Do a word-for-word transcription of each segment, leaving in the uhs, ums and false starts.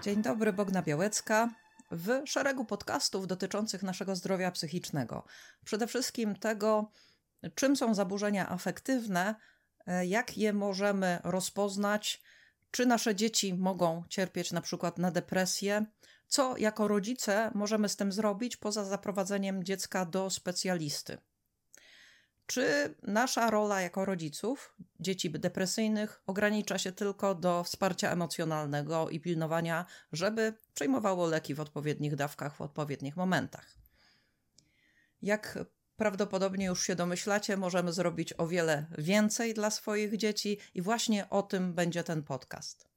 Dzień dobry, Bogna Białecka. W szeregu podcastów dotyczących naszego zdrowia psychicznego. Przede wszystkim tego, czym są zaburzenia afektywne, jak je możemy rozpoznać, czy nasze dzieci mogą cierpieć na przykład na depresję, co jako rodzice możemy z tym zrobić poza zaprowadzeniem dziecka do specjalisty. Czy nasza rola jako rodziców dzieci depresyjnych ogranicza się tylko do wsparcia emocjonalnego i pilnowania, żeby przyjmowało leki w odpowiednich dawkach, w odpowiednich momentach? Jak prawdopodobnie już się domyślacie, możemy zrobić o wiele więcej dla swoich dzieci i właśnie o tym będzie ten podcast.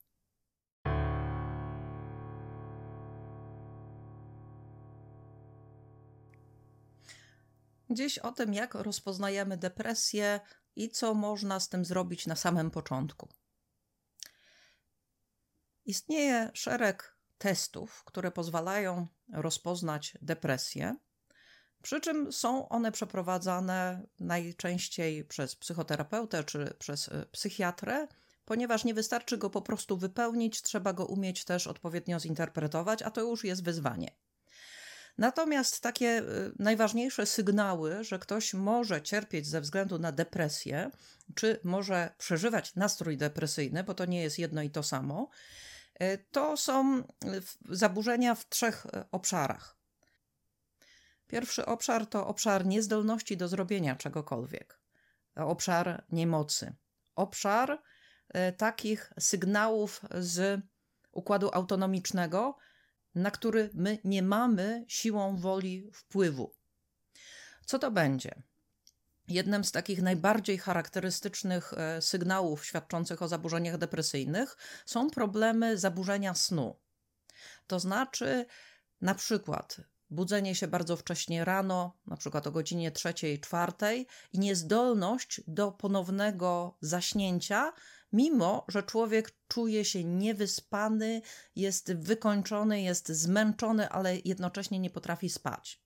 Dziś o tym, jak rozpoznajemy depresję i co można z tym zrobić na samym początku. Istnieje szereg testów, które pozwalają rozpoznać depresję, przy czym są one przeprowadzane najczęściej przez psychoterapeutę czy przez psychiatrę, ponieważ nie wystarczy go po prostu wypełnić, trzeba go umieć też odpowiednio zinterpretować, a to już jest wyzwanie. Natomiast takie najważniejsze sygnały, że ktoś może cierpieć ze względu na depresję, czy może przeżywać nastrój depresyjny, bo to nie jest jedno i to samo, to są zaburzenia w trzech obszarach. Pierwszy obszar to obszar niezdolności do zrobienia czegokolwiek, obszar niemocy, obszar takich sygnałów z układu autonomicznego, na który my nie mamy siłą woli wpływu. Co to będzie? Jednym z takich najbardziej charakterystycznych sygnałów świadczących o zaburzeniach depresyjnych są problemy zaburzenia snu. To znaczy na przykład budzenie się bardzo wcześnie rano, na przykład o godzinie trzeciej, czwartej i niezdolność do ponownego zaśnięcia, mimo że człowiek czuje się niewyspany, jest wykończony, jest zmęczony, ale jednocześnie nie potrafi spać.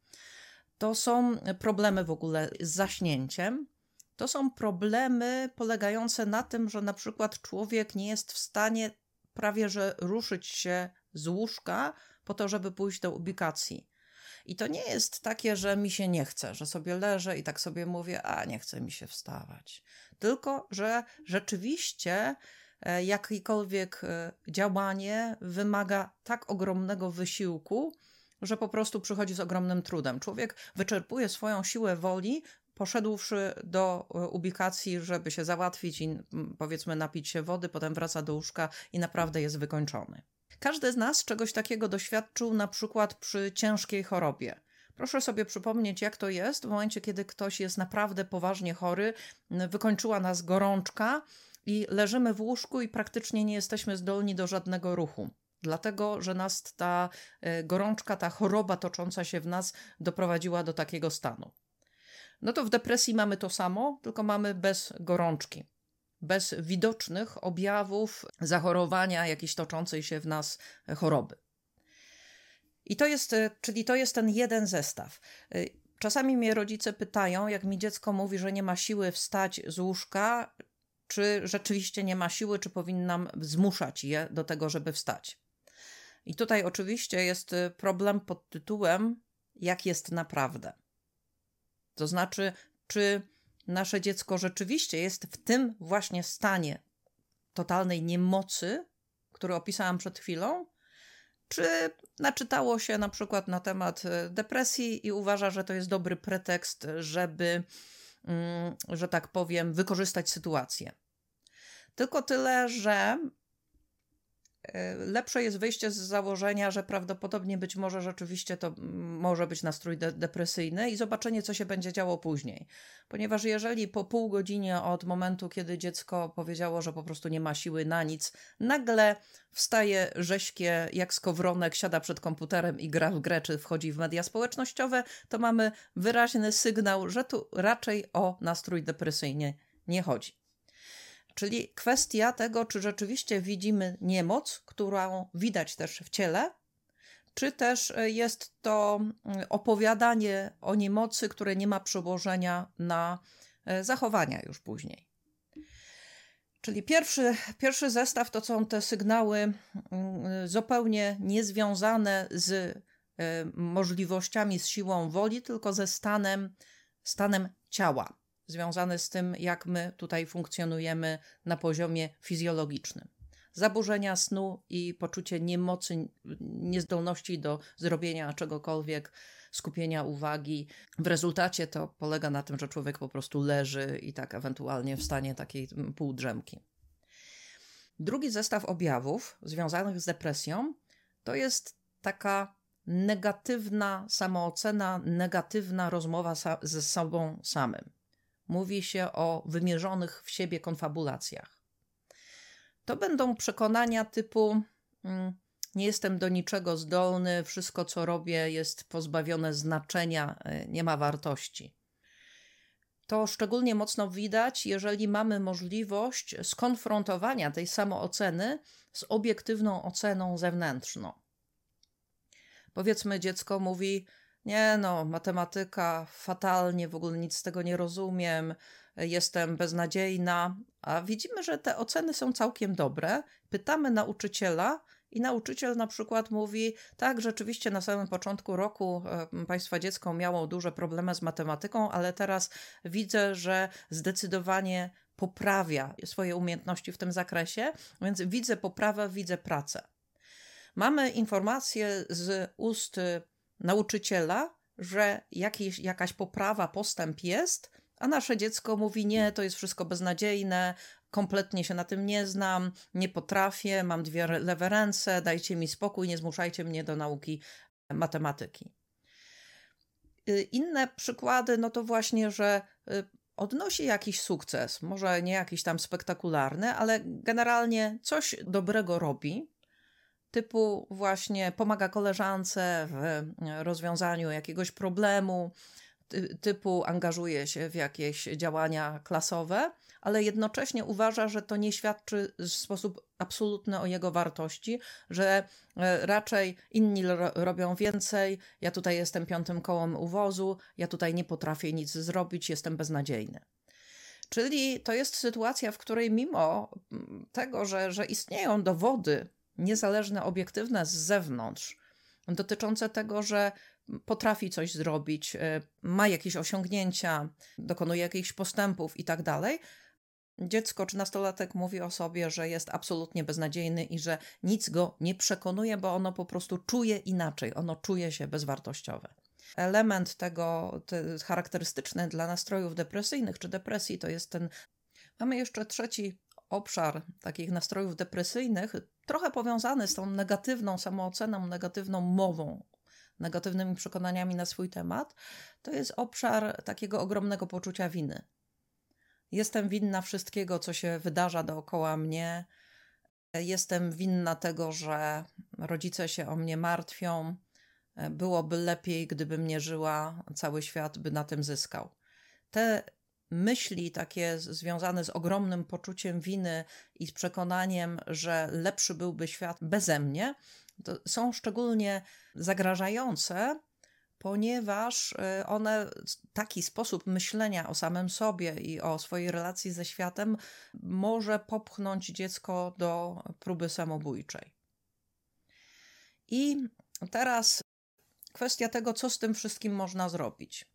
To są problemy w ogóle z zaśnięciem. To są problemy polegające na tym, że na przykład człowiek nie jest w stanie prawie że ruszyć się z łóżka po to, żeby pójść do ubikacji. I to nie jest takie, że mi się nie chce, że sobie leżę i tak sobie mówię, a nie chce mi się wstawać. Tylko, że rzeczywiście jakiekolwiek działanie wymaga tak ogromnego wysiłku, że po prostu przychodzi z ogromnym trudem. Człowiek wyczerpuje swoją siłę woli, poszedłszy do ubikacji, żeby się załatwić i powiedzmy napić się wody, potem wraca do łóżka i naprawdę jest wykończony. Każdy z nas czegoś takiego doświadczył na przykład przy ciężkiej chorobie. Proszę sobie przypomnieć, jak to jest w momencie, kiedy ktoś jest naprawdę poważnie chory, wykończyła nas gorączka i leżymy w łóżku i praktycznie nie jesteśmy zdolni do żadnego ruchu. Dlatego, że nas ta gorączka, ta choroba tocząca się w nas doprowadziła do takiego stanu. No to w depresji mamy to samo, tylko mamy bez gorączki. Bez widocznych objawów zachorowania jakiejś toczącej się w nas choroby. I to jest, czyli to jest ten jeden zestaw. Czasami mnie rodzice pytają, jak mi dziecko mówi, że nie ma siły wstać z łóżka, czy rzeczywiście nie ma siły, czy powinnam zmuszać je do tego, żeby wstać. I tutaj oczywiście jest problem pod tytułem, jak jest naprawdę. To znaczy, czy nasze dziecko rzeczywiście jest w tym właśnie stanie totalnej niemocy, który opisałam przed chwilą, czy naczytało się na przykład na temat depresji i uważa, że to jest dobry pretekst, żeby, że tak powiem, wykorzystać sytuację. Tylko tyle, że lepsze jest wyjście z założenia, że prawdopodobnie być może rzeczywiście to może być nastrój de- depresyjny i zobaczenie, co się będzie działo później. Ponieważ jeżeli po pół godzinie od momentu, kiedy dziecko powiedziało, że po prostu nie ma siły na nic, nagle wstaje rześkie jak skowronek, siada przed komputerem i gra w grę, czy wchodzi w media społecznościowe, to mamy wyraźny sygnał, że tu raczej o nastrój depresyjny nie chodzi. Czyli kwestia tego, czy rzeczywiście widzimy niemoc, którą widać też w ciele, czy też jest to opowiadanie o niemocy, które nie ma przełożenia na zachowania już później. Czyli pierwszy, pierwszy zestaw to są te sygnały zupełnie niezwiązane z możliwościami, z siłą woli, tylko ze stanem, stanem ciała, związane z tym, jak my tutaj funkcjonujemy na poziomie fizjologicznym. Zaburzenia snu i poczucie niemocy, niezdolności do zrobienia czegokolwiek, skupienia uwagi. W rezultacie to polega na tym, że człowiek po prostu leży i tak ewentualnie w stanie takiej półdrzemki. Drugi zestaw objawów związanych z depresją to jest taka negatywna samoocena, negatywna rozmowa sa- ze sobą samym. Mówi się o wymierzonych w siebie konfabulacjach. To będą przekonania typu mm, nie jestem do niczego zdolny, wszystko co robię jest pozbawione znaczenia, nie ma wartości. To szczególnie mocno widać, jeżeli mamy możliwość skonfrontowania tej samooceny z obiektywną oceną zewnętrzną. Powiedzmy, dziecko mówi, nie no, matematyka fatalnie, w ogóle nic z tego nie rozumiem, jestem beznadziejna, a widzimy, że te oceny są całkiem dobre. Pytamy nauczyciela i nauczyciel na przykład mówi, tak, rzeczywiście na samym początku roku e, państwa dziecko miało duże problemy z matematyką, ale teraz widzę, że zdecydowanie poprawia swoje umiejętności w tym zakresie, więc widzę poprawę, widzę pracę. Mamy informację z ust nauczyciela, że jakiś, jakaś poprawa, postęp jest, a nasze dziecko mówi, nie, to jest wszystko beznadziejne, kompletnie się na tym nie znam, nie potrafię, mam dwie lewe ręce, dajcie mi spokój, nie zmuszajcie mnie do nauki matematyki. Inne przykłady, no to właśnie, że odnosi jakiś sukces, może nie jakiś tam spektakularny, ale generalnie coś dobrego robi, typu właśnie pomaga koleżance w rozwiązaniu jakiegoś problemu, typu angażuje się w jakieś działania klasowe, ale jednocześnie uważa, że to nie świadczy w sposób absolutny o jego wartości, że raczej inni robią więcej, ja tutaj jestem piątym kołem u wozu, ja tutaj nie potrafię nic zrobić, jestem beznadziejny. Czyli to jest sytuacja, w której mimo tego, że, że istnieją dowody niezależne, obiektywne z zewnątrz, dotyczące tego, że potrafi coś zrobić, ma jakieś osiągnięcia, dokonuje jakichś postępów i tak dalej, dziecko czy nastolatek mówi o sobie, że jest absolutnie beznadziejny i że nic go nie przekonuje, bo ono po prostu czuje inaczej, ono czuje się bezwartościowe. Element tego charakterystyczny dla nastrojów depresyjnych czy depresji to jest ten... Mamy jeszcze trzeci obszar takich nastrojów depresyjnych, trochę powiązany z tą negatywną samooceną, negatywną mową, negatywnymi przekonaniami na swój temat, to jest obszar takiego ogromnego poczucia winy. Jestem winna wszystkiego, co się wydarza dookoła mnie. Jestem winna tego, że rodzice się o mnie martwią. Byłoby lepiej, gdybym nie żyła, cały świat by na tym zyskał. Te myśli takie związane z ogromnym poczuciem winy i z przekonaniem, że lepszy byłby świat beze mnie, to są szczególnie zagrażające, ponieważ one, taki sposób myślenia o samym sobie i o swojej relacji ze światem może popchnąć dziecko do próby samobójczej. I teraz kwestia tego, co z tym wszystkim można zrobić.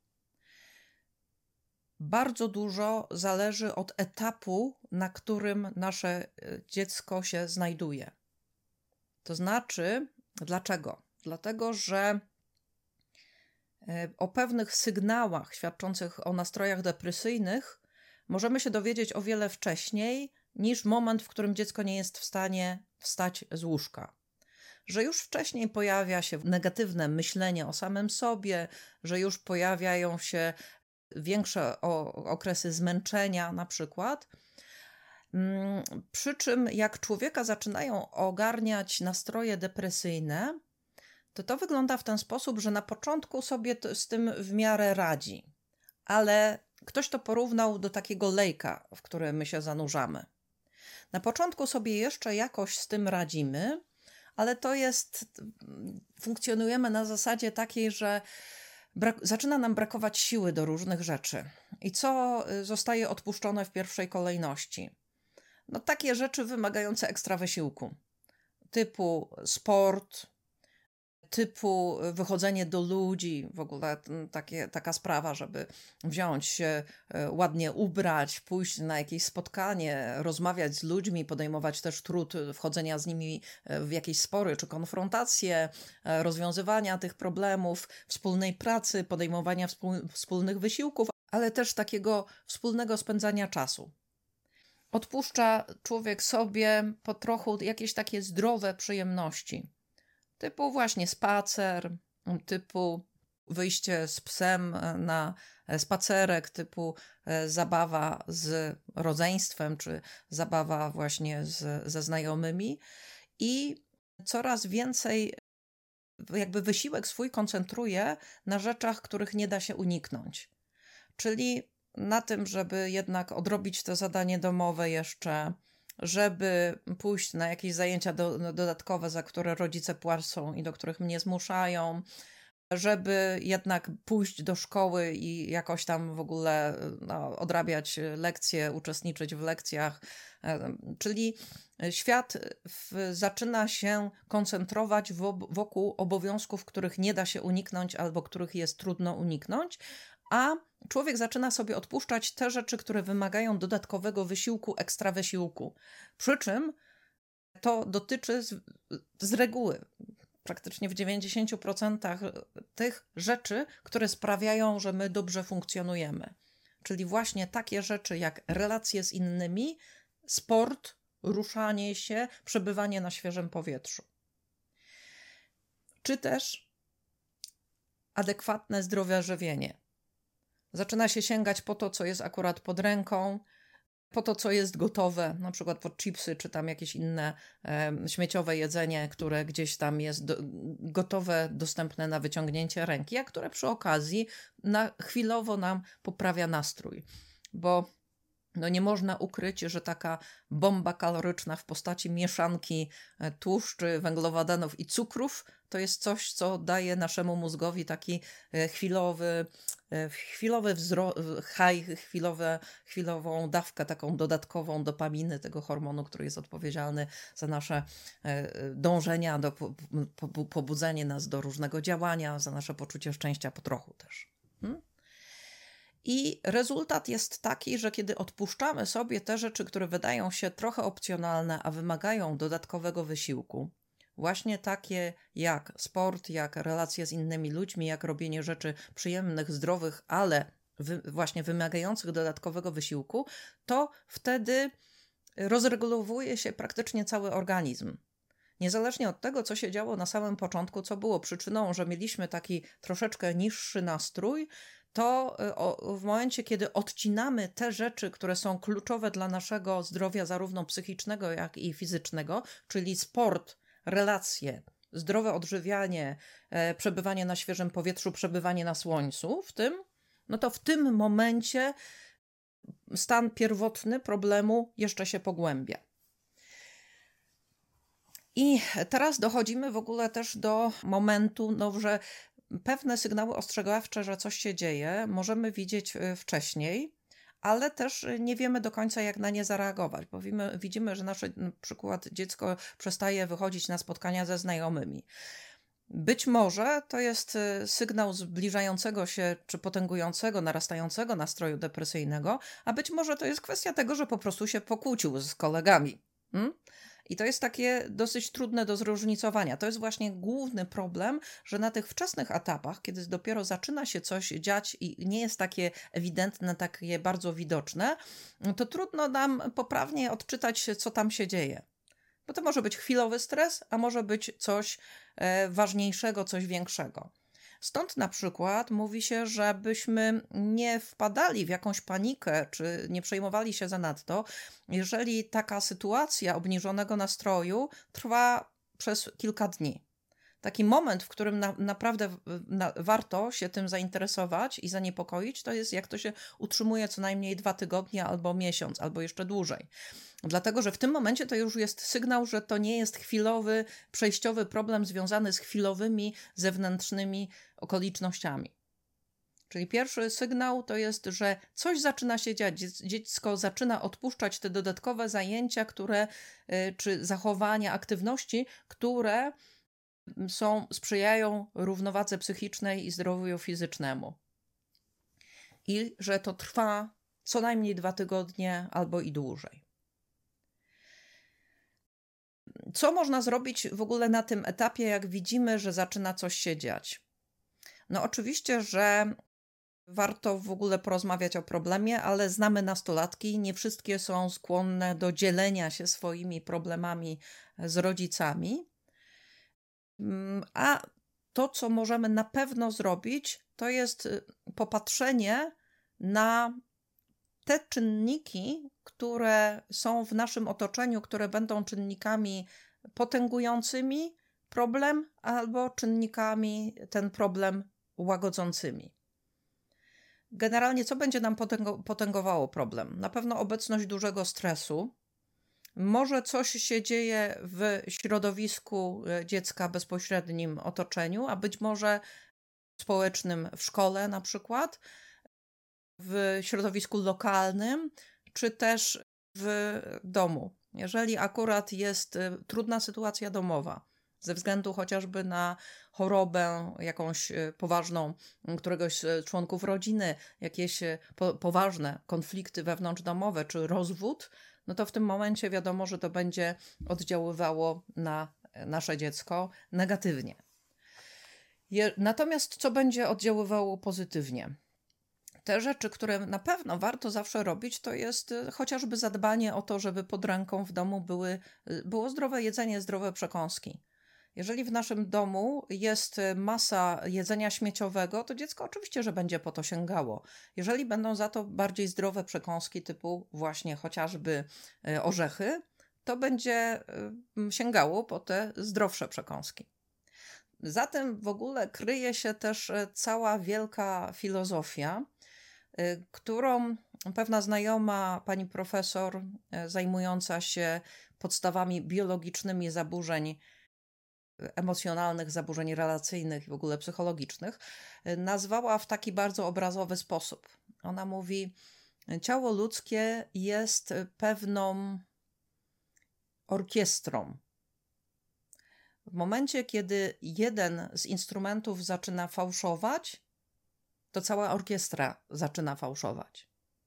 Bardzo dużo zależy od etapu, na którym nasze dziecko się znajduje. To znaczy, dlaczego? Dlatego, że o pewnych sygnałach świadczących o nastrojach depresyjnych możemy się dowiedzieć o wiele wcześniej niż moment, w którym dziecko nie jest w stanie wstać z łóżka. Że już wcześniej pojawia się negatywne myślenie o samym sobie, że już pojawiają się większe okresy zmęczenia na przykład. Przy czym jak człowieka zaczynają ogarniać nastroje depresyjne, to to wygląda w ten sposób, że na początku sobie z tym w miarę radzi, ale ktoś to porównał do takiego lejka, w który my się zanurzamy. Na początku sobie jeszcze jakoś z tym radzimy, ale to jest, funkcjonujemy na zasadzie takiej, że brak, zaczyna nam brakować siły do różnych rzeczy. I co zostaje odpuszczone w pierwszej kolejności? No, takie rzeczy wymagające ekstra wysiłku, typu sport, typu wychodzenie do ludzi, w ogóle takie, taka sprawa, żeby wziąć się, ładnie ubrać, pójść na jakieś spotkanie, rozmawiać z ludźmi, podejmować też trud wchodzenia z nimi w jakieś spory czy konfrontacje, rozwiązywania tych problemów, wspólnej pracy, podejmowania wspólnych wysiłków, ale też takiego wspólnego spędzania czasu. Odpuszcza człowiek sobie po trochu jakieś takie zdrowe przyjemności. Typu właśnie spacer, typu wyjście z psem na spacerek, typu zabawa z rodzeństwem, czy zabawa właśnie z, ze znajomymi. I coraz więcej jakby wysiłek swój koncentruje na rzeczach, których nie da się uniknąć. Czyli na tym, żeby jednak odrobić to zadanie domowe jeszcze, żeby pójść na jakieś zajęcia do, dodatkowe, za które rodzice płacą i do których mnie zmuszają, żeby jednak pójść do szkoły i jakoś tam w ogóle no, odrabiać lekcje, uczestniczyć w lekcjach. Czyli świat w, zaczyna się koncentrować wokół obowiązków, których nie da się uniknąć albo których jest trudno uniknąć, a człowiek zaczyna sobie odpuszczać te rzeczy, które wymagają dodatkowego wysiłku, ekstra wysiłku. Przy czym to dotyczy z, z reguły praktycznie w dziewięćdziesięciu procentach tych rzeczy, które sprawiają, że my dobrze funkcjonujemy. Czyli właśnie takie rzeczy jak relacje z innymi, sport, ruszanie się, przebywanie na świeżym powietrzu. Czy też adekwatne zdrowe żywienie. Zaczyna się sięgać po to, co jest akurat pod ręką, po to, co jest gotowe, na przykład pod chipsy, czy tam jakieś inne e, śmieciowe jedzenie, które gdzieś tam jest do, gotowe, dostępne na wyciągnięcie ręki, a które przy okazji na chwilowo nam poprawia nastrój. Bo no nie można ukryć, że taka bomba kaloryczna w postaci mieszanki tłuszczy, węglowodanów i cukrów to jest coś, co daje naszemu mózgowi taki chwilowy, chwilowy wzro- high, chwilowe, chwilową dawkę, taką dodatkową dopaminy, tego hormonu, który jest odpowiedzialny za nasze dążenia, do pobudzenie nas do różnego działania, za nasze poczucie szczęścia po trochu też. Hmm? I rezultat jest taki, że kiedy odpuszczamy sobie te rzeczy, które wydają się trochę opcjonalne, a wymagają dodatkowego wysiłku, właśnie takie jak sport, jak relacje z innymi ludźmi, jak robienie rzeczy przyjemnych, zdrowych, ale wy, właśnie wymagających dodatkowego wysiłku, to wtedy rozregulowuje się praktycznie cały organizm. Niezależnie od tego, co się działo na samym początku, co było przyczyną, że mieliśmy taki troszeczkę niższy nastrój, to w momencie, kiedy odcinamy te rzeczy, które są kluczowe dla naszego zdrowia, zarówno psychicznego, jak i fizycznego, czyli sport, relacje, zdrowe odżywianie, przebywanie na świeżym powietrzu, przebywanie na słońcu, w tym, no to w tym momencie stan pierwotny problemu jeszcze się pogłębia. I teraz dochodzimy w ogóle też do momentu, no, że pewne sygnały ostrzegawcze, że coś się dzieje, możemy widzieć wcześniej, ale też nie wiemy do końca, jak na nie zareagować, bo widzimy, widzimy, że nasze, na przykład dziecko przestaje wychodzić na spotkania ze znajomymi. Być może to jest sygnał zbliżającego się czy potęgującego, narastającego nastroju depresyjnego, a być może to jest kwestia tego, że po prostu się pokłócił z kolegami. Hmm? I to jest takie dosyć trudne do zróżnicowania. To jest właśnie główny problem, że na tych wczesnych etapach, kiedy dopiero zaczyna się coś dziać i nie jest takie ewidentne, takie bardzo widoczne, to trudno nam poprawnie odczytać, co tam się dzieje. Bo to może być chwilowy stres, a może być coś ważniejszego, coś większego. Stąd na przykład mówi się, żebyśmy nie wpadali w jakąś panikę, czy nie przejmowali się zanadto, jeżeli taka sytuacja obniżonego nastroju trwa przez kilka dni. Taki moment, w którym na, naprawdę na, warto się tym zainteresować i zaniepokoić, to jest jak to się utrzymuje co najmniej dwa tygodnie albo miesiąc, albo jeszcze dłużej. Dlatego, że w tym momencie to już jest sygnał, że to nie jest chwilowy, przejściowy problem związany z chwilowymi, zewnętrznymi okolicznościami. Czyli pierwszy sygnał to jest, że coś zaczyna się dziać. Dziecko zaczyna odpuszczać te dodatkowe zajęcia, które, czy zachowania, aktywności, które są, sprzyjają równowadze psychicznej i zdrowiu fizycznemu. I że to trwa co najmniej dwa tygodnie albo i dłużej. Co można zrobić w ogóle na tym etapie, jak widzimy, że zaczyna coś się dziać? No oczywiście, że warto w ogóle porozmawiać o problemie, ale znamy nastolatki, nie wszystkie są skłonne do dzielenia się swoimi problemami z rodzicami. A to, co możemy na pewno zrobić, to jest popatrzenie na te czynniki, które są w naszym otoczeniu, które będą czynnikami potęgującymi problem albo czynnikami ten problem łagodzącymi. Generalnie co będzie nam potęgowało problem? Na pewno obecność dużego stresu. Może coś się dzieje w środowisku dziecka, bezpośrednim otoczeniu, a być może społecznym w szkole na przykład, w środowisku lokalnym, czy też w domu. Jeżeli akurat jest trudna sytuacja domowa, ze względu chociażby na chorobę jakąś poważną któregoś z członków rodziny, jakieś po, poważne konflikty wewnątrzdomowe czy rozwód, no to w tym momencie wiadomo, że to będzie oddziaływało na nasze dziecko negatywnie. Je, natomiast co będzie oddziaływało pozytywnie? Te rzeczy, które na pewno warto zawsze robić, to jest chociażby zadbanie o to, żeby pod ręką w domu były, było zdrowe jedzenie, zdrowe przekąski. Jeżeli w naszym domu jest masa jedzenia śmieciowego, to dziecko oczywiście, że będzie po to sięgało. Jeżeli będą za to bardziej zdrowe przekąski typu właśnie chociażby orzechy, to będzie sięgało po te zdrowsze przekąski. Za tym w ogóle kryje się też cała wielka filozofia, którą pewna znajoma pani profesor zajmująca się podstawami biologicznymi zaburzeń emocjonalnych, zaburzeń relacyjnych i w ogóle psychologicznych, nazwała w taki bardzo obrazowy sposób. Ona mówi, ciało ludzkie jest pewną orkiestrą. W momencie, kiedy jeden z instrumentów zaczyna fałszować, to cała orkiestra zaczyna fałszować.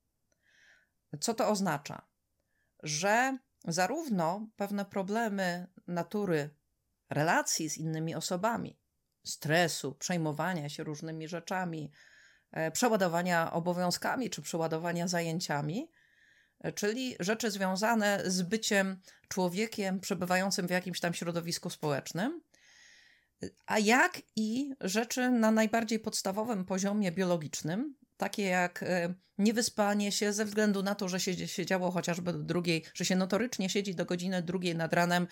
Co to oznacza? Że zarówno pewne problemy natury relacji z innymi osobami, stresu, przejmowania się różnymi rzeczami, przeładowania obowiązkami czy przeładowania zajęciami, czyli rzeczy związane z byciem człowiekiem przebywającym w jakimś tam środowisku społecznym, a jak i rzeczy na najbardziej podstawowym poziomie biologicznym, takie jak niewyspanie się ze względu na to, że się siedziało chociażby do drugiej, że się notorycznie siedzi do godziny drugiej nad ranem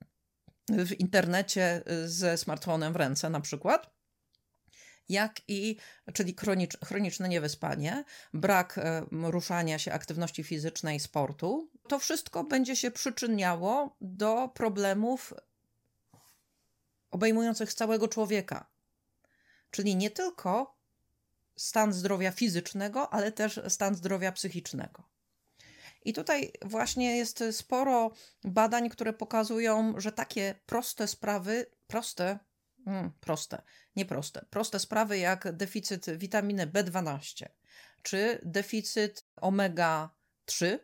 w internecie ze smartfonem w ręce na przykład, jak i, czyli chronicz, chroniczne niewyspanie, brak ruszania się, aktywności fizycznej, sportu. To wszystko będzie się przyczyniało do problemów obejmujących całego człowieka. Czyli nie tylko stan zdrowia fizycznego, ale też stan zdrowia psychicznego. I tutaj właśnie jest sporo badań, które pokazują, że takie proste sprawy, proste, mm, proste, nie proste, proste sprawy jak deficyt witaminy B dwanaście, czy deficyt omega trzy,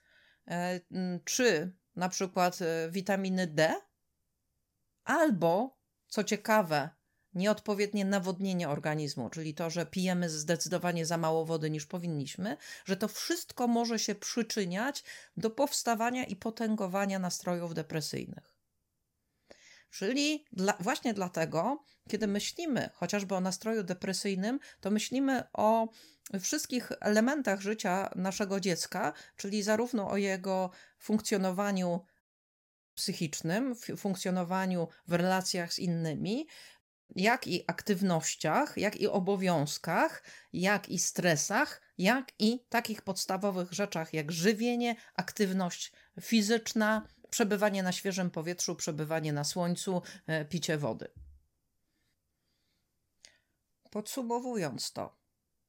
czy na przykład witaminy D, albo, co ciekawe, nieodpowiednie nawodnienie organizmu, czyli to, że pijemy zdecydowanie za mało wody niż powinniśmy, że to wszystko może się przyczyniać do powstawania i potęgowania nastrojów depresyjnych. Czyli dla, właśnie dlatego, kiedy myślimy chociażby o nastroju depresyjnym, to myślimy o wszystkich elementach życia naszego dziecka, czyli zarówno o jego funkcjonowaniu psychicznym, funkcjonowaniu w relacjach z innymi, jak i aktywnościach, jak i obowiązkach, jak i stresach, jak i takich podstawowych rzeczach jak żywienie, aktywność fizyczna, przebywanie na świeżym powietrzu, przebywanie na słońcu, picie wody. Podsumowując to,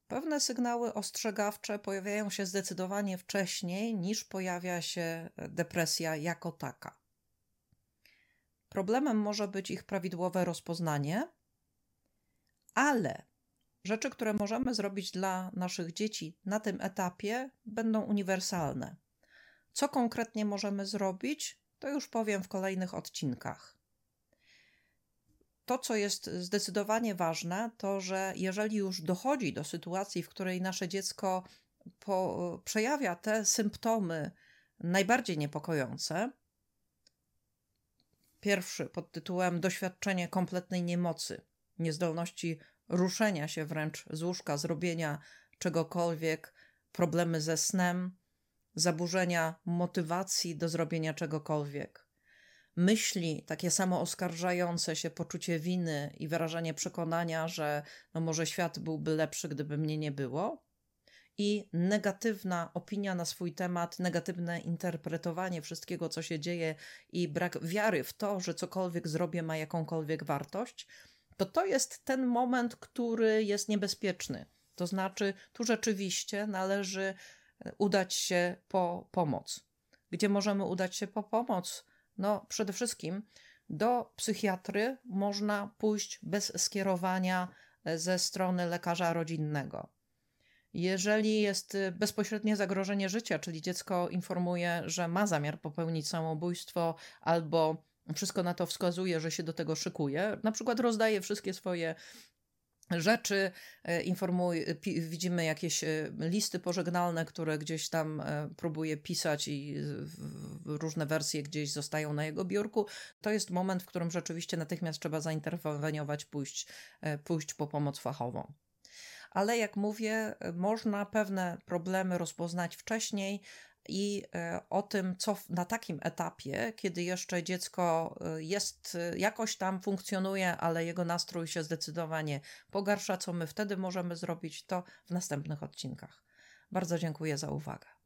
Pewne sygnały ostrzegawcze pojawiają się zdecydowanie wcześniej niż pojawia się depresja jako taka. Problemem może być ich prawidłowe rozpoznanie, ale rzeczy, które możemy zrobić dla naszych dzieci na tym etapie, będą uniwersalne. Co konkretnie możemy zrobić, to już powiem w kolejnych odcinkach. To, co jest zdecydowanie ważne, to że jeżeli już dochodzi do sytuacji, w której nasze dziecko po, przejawia te symptomy najbardziej niepokojące, pierwszy pod tytułem doświadczenie kompletnej niemocy, niezdolności ruszenia się wręcz z łóżka, zrobienia czegokolwiek, problemy ze snem, zaburzenia motywacji do zrobienia czegokolwiek, myśli takie samo oskarżające się, poczucie winy i wyrażanie przekonania, że no może świat byłby lepszy, gdyby mnie nie było, i negatywna opinia na swój temat, negatywne interpretowanie wszystkiego, co się dzieje i brak wiary w to, że cokolwiek zrobię ma jakąkolwiek wartość, to to jest ten moment, który jest niebezpieczny. To znaczy, tu rzeczywiście należy udać się po pomoc. Gdzie możemy udać się po pomoc? No, przede wszystkim do psychiatry można pójść bez skierowania ze strony lekarza rodzinnego. Jeżeli jest bezpośrednie zagrożenie życia, czyli dziecko informuje, że ma zamiar popełnić samobójstwo albo wszystko na to wskazuje, że się do tego szykuje, na przykład rozdaje wszystkie swoje rzeczy, informuje, pi, widzimy jakieś listy pożegnalne, które gdzieś tam próbuje pisać i różne wersje gdzieś zostają na jego biurku, to jest moment, w którym rzeczywiście natychmiast trzeba zainterweniować, pójść, pójść po pomoc fachową. Ale jak mówię, można pewne problemy rozpoznać wcześniej i o tym, co na takim etapie, kiedy jeszcze dziecko jest, jakoś tam funkcjonuje, ale jego nastrój się zdecydowanie pogarsza, co my wtedy możemy zrobić, to w następnych odcinkach. Bardzo dziękuję za uwagę.